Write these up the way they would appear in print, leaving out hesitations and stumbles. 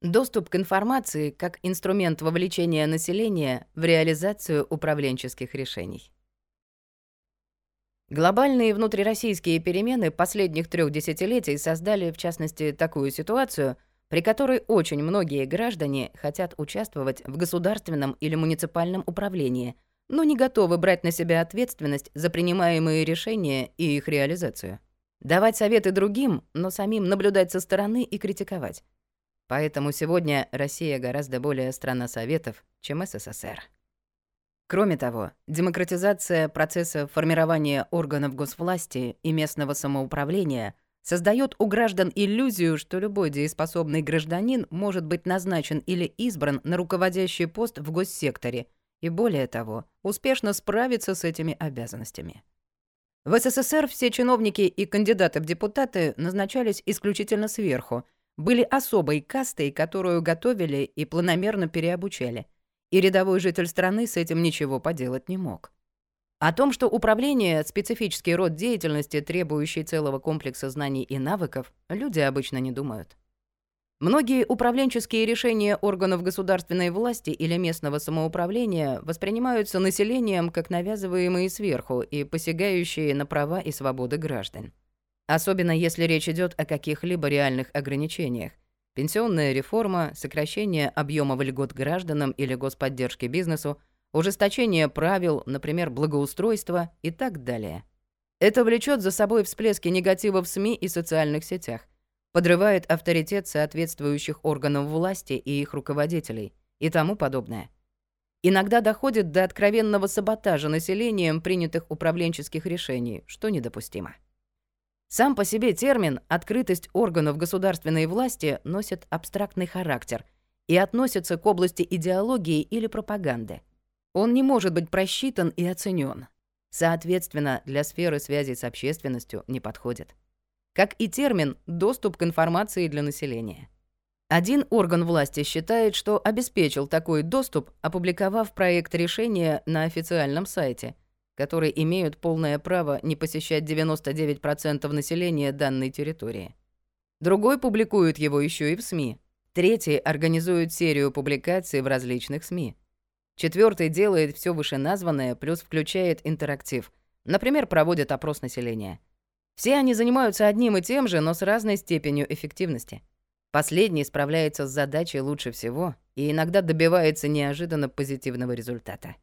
Доступ к информации как инструмент вовлечения населения в реализацию управленческих решений. Глобальные внутрироссийские перемены последних 3 десятилетий создали, в частности, такую ситуацию, при которой очень многие граждане хотят участвовать в государственном или муниципальном управлении, но не готовы брать на себя ответственность за принимаемые решения и их реализацию. Давать советы другим, но самим наблюдать со стороны и критиковать. Поэтому сегодня Россия гораздо более страна советов, чем СССР. Кроме того, демократизация процесса формирования органов госвласти и местного самоуправления создает у граждан иллюзию, что любой дееспособный гражданин может быть назначен или избран на руководящий пост в госсекторе и, более того, успешно справиться с этими обязанностями. В СССР все чиновники и кандидаты в депутаты назначались исключительно сверху, были особой кастой, которую готовили и планомерно переобучали. И рядовой житель страны с этим ничего поделать не мог. О том, что управление — специфический род деятельности, требующий целого комплекса знаний и навыков, люди обычно не думают. Многие управленческие решения органов государственной власти или местного самоуправления воспринимаются населением как навязываемые сверху и посягающие на права и свободы граждан. Особенно если речь идет о каких-либо реальных ограничениях. Пенсионная реформа, сокращение объемов льгот гражданам или господдержки бизнесу, ужесточение правил, например, благоустройства и так далее. Это влечет за собой всплески негатива в СМИ и социальных сетях, подрывает авторитет соответствующих органов власти и их руководителей и тому подобное. Иногда доходит до откровенного саботажа населением принятых управленческих решений, что недопустимо. Сам по себе термин «открытость органов государственной власти» носит абстрактный характер и относится к области идеологии или пропаганды. Он не может быть просчитан и оценен. Соответственно, для сферы связи с общественностью не подходит. Как и термин «доступ к информации для населения». Один орган власти считает, что обеспечил такой доступ, опубликовав проект решения на официальном сайте, которые имеют полное право не посещать 99% населения данной территории. Другой публикует его еще и в СМИ. Третий организует серию публикаций в различных СМИ. Четвертый делает все вышеназванное, плюс включает интерактив. Например, проводит опрос населения. Все они занимаются одним и тем же, но с разной степенью эффективности. Последний справляется с задачей лучше всего и иногда добивается неожиданно позитивного результата.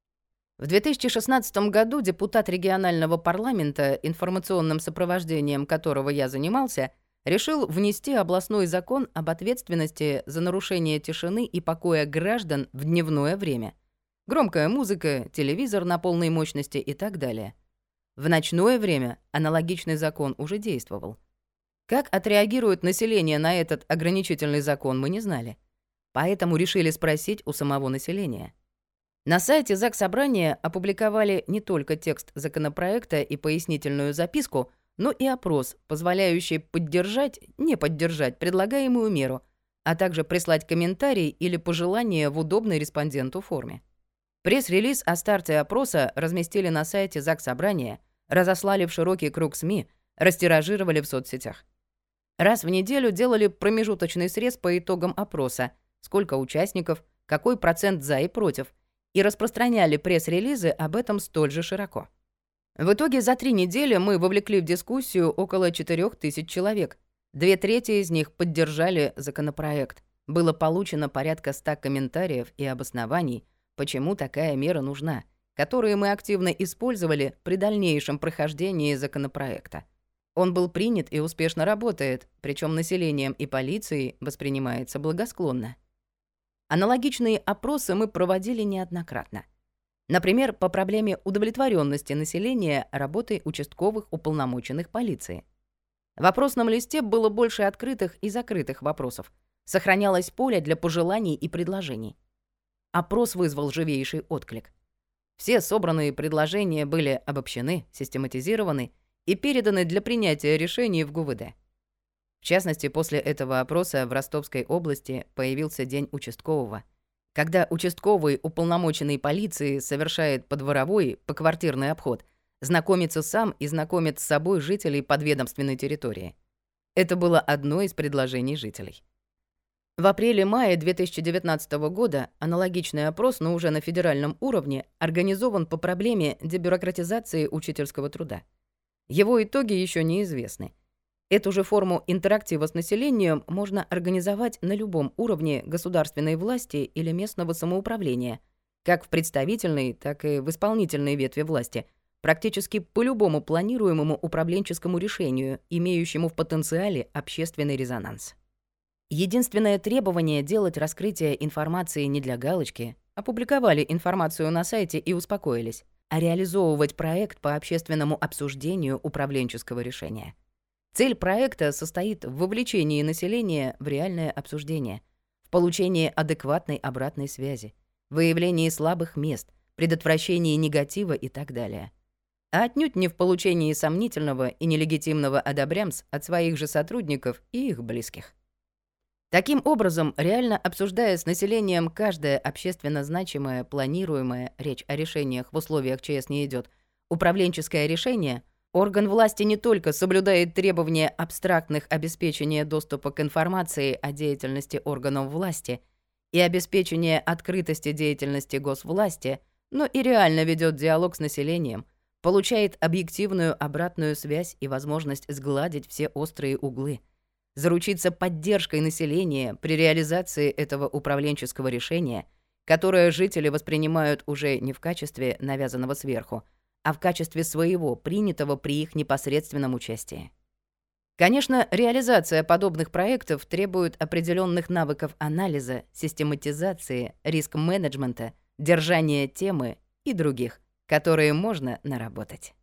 В 2016 году депутат регионального парламента, информационным сопровождением которого я занимался, решил внести областной закон об ответственности за нарушение тишины и покоя граждан в дневное время. Громкая музыка, телевизор на полной мощности и так далее. В ночное время аналогичный закон уже действовал. Как отреагирует население на этот ограничительный закон, мы не знали. Поэтому решили спросить у самого населения. На сайте Заксобрания опубликовали не только текст законопроекта и пояснительную записку, но и опрос, позволяющий поддержать, не поддержать предлагаемую меру, а также прислать комментарий или пожелания в удобной респонденту форме. Пресс-релиз о старте опроса разместили на сайте Заксобрания, разослали в широкий круг СМИ, растиражировали в соцсетях. Раз в неделю делали промежуточный срез по итогам опроса, сколько участников, какой процент за и против, и распространяли пресс-релизы об этом столь же широко. В итоге за 3 недели мы вовлекли в дискуссию около 4000 человек. 2/3 из них поддержали законопроект. Было получено порядка 100 комментариев и обоснований, почему такая мера нужна, которые мы активно использовали при дальнейшем прохождении законопроекта. Он был принят и успешно работает, причем населением и полицией воспринимается благосклонно. Аналогичные опросы мы проводили неоднократно. Например, по проблеме удовлетворенности населения работой участковых уполномоченных полиции. В опросном листе было больше открытых и закрытых вопросов. Сохранялось поле для пожеланий и предложений. Опрос вызвал живейший отклик. Все собранные предложения были обобщены, систематизированы и переданы для принятия решений в ГУВД. В частности, после этого опроса в Ростовской области появился День участкового, когда участковый уполномоченный полиции совершает подворовой, поквартирный обход, знакомится сам и знакомит с собой жителей подведомственной территории. Это было одно из предложений жителей. В апреле-мае 2019 года аналогичный опрос, но уже на федеральном уровне, организован по проблеме дебюрократизации учительского труда. Его итоги еще неизвестны. Эту же форму интерактива с населением можно организовать на любом уровне государственной власти или местного самоуправления, как в представительной, так и в исполнительной ветви власти, практически по любому планируемому управленческому решению, имеющему в потенциале общественный резонанс. Единственное требование — делать раскрытие информации не для галочки, опубликовали информацию на сайте и успокоились, а реализовывать проект по общественному обсуждению управленческого решения. Цель проекта состоит в вовлечении населения в реальное обсуждение, в получении адекватной обратной связи, выявлении слабых мест, предотвращении негатива и так далее. А отнюдь не в получении сомнительного и нелегитимного одобрямс от своих же сотрудников и их близких. Таким образом, реально обсуждая с населением каждое общественно значимое, планируемое, речь о решениях в условиях ЧС не идет, управленческое решение, орган власти не только соблюдает требования абстрактных обеспечения доступа к информации о деятельности органов власти и обеспечения открытости деятельности госвласти, но и реально ведет диалог с населением, получает объективную обратную связь и возможность сгладить все острые углы, заручиться поддержкой населения при реализации этого управленческого решения, которое жители воспринимают уже не в качестве навязанного сверху, а в качестве своего, принятого при их непосредственном участии. Конечно, реализация подобных проектов требует определенных навыков анализа, систематизации, риск-менеджмента, держания темы и других, которые можно наработать.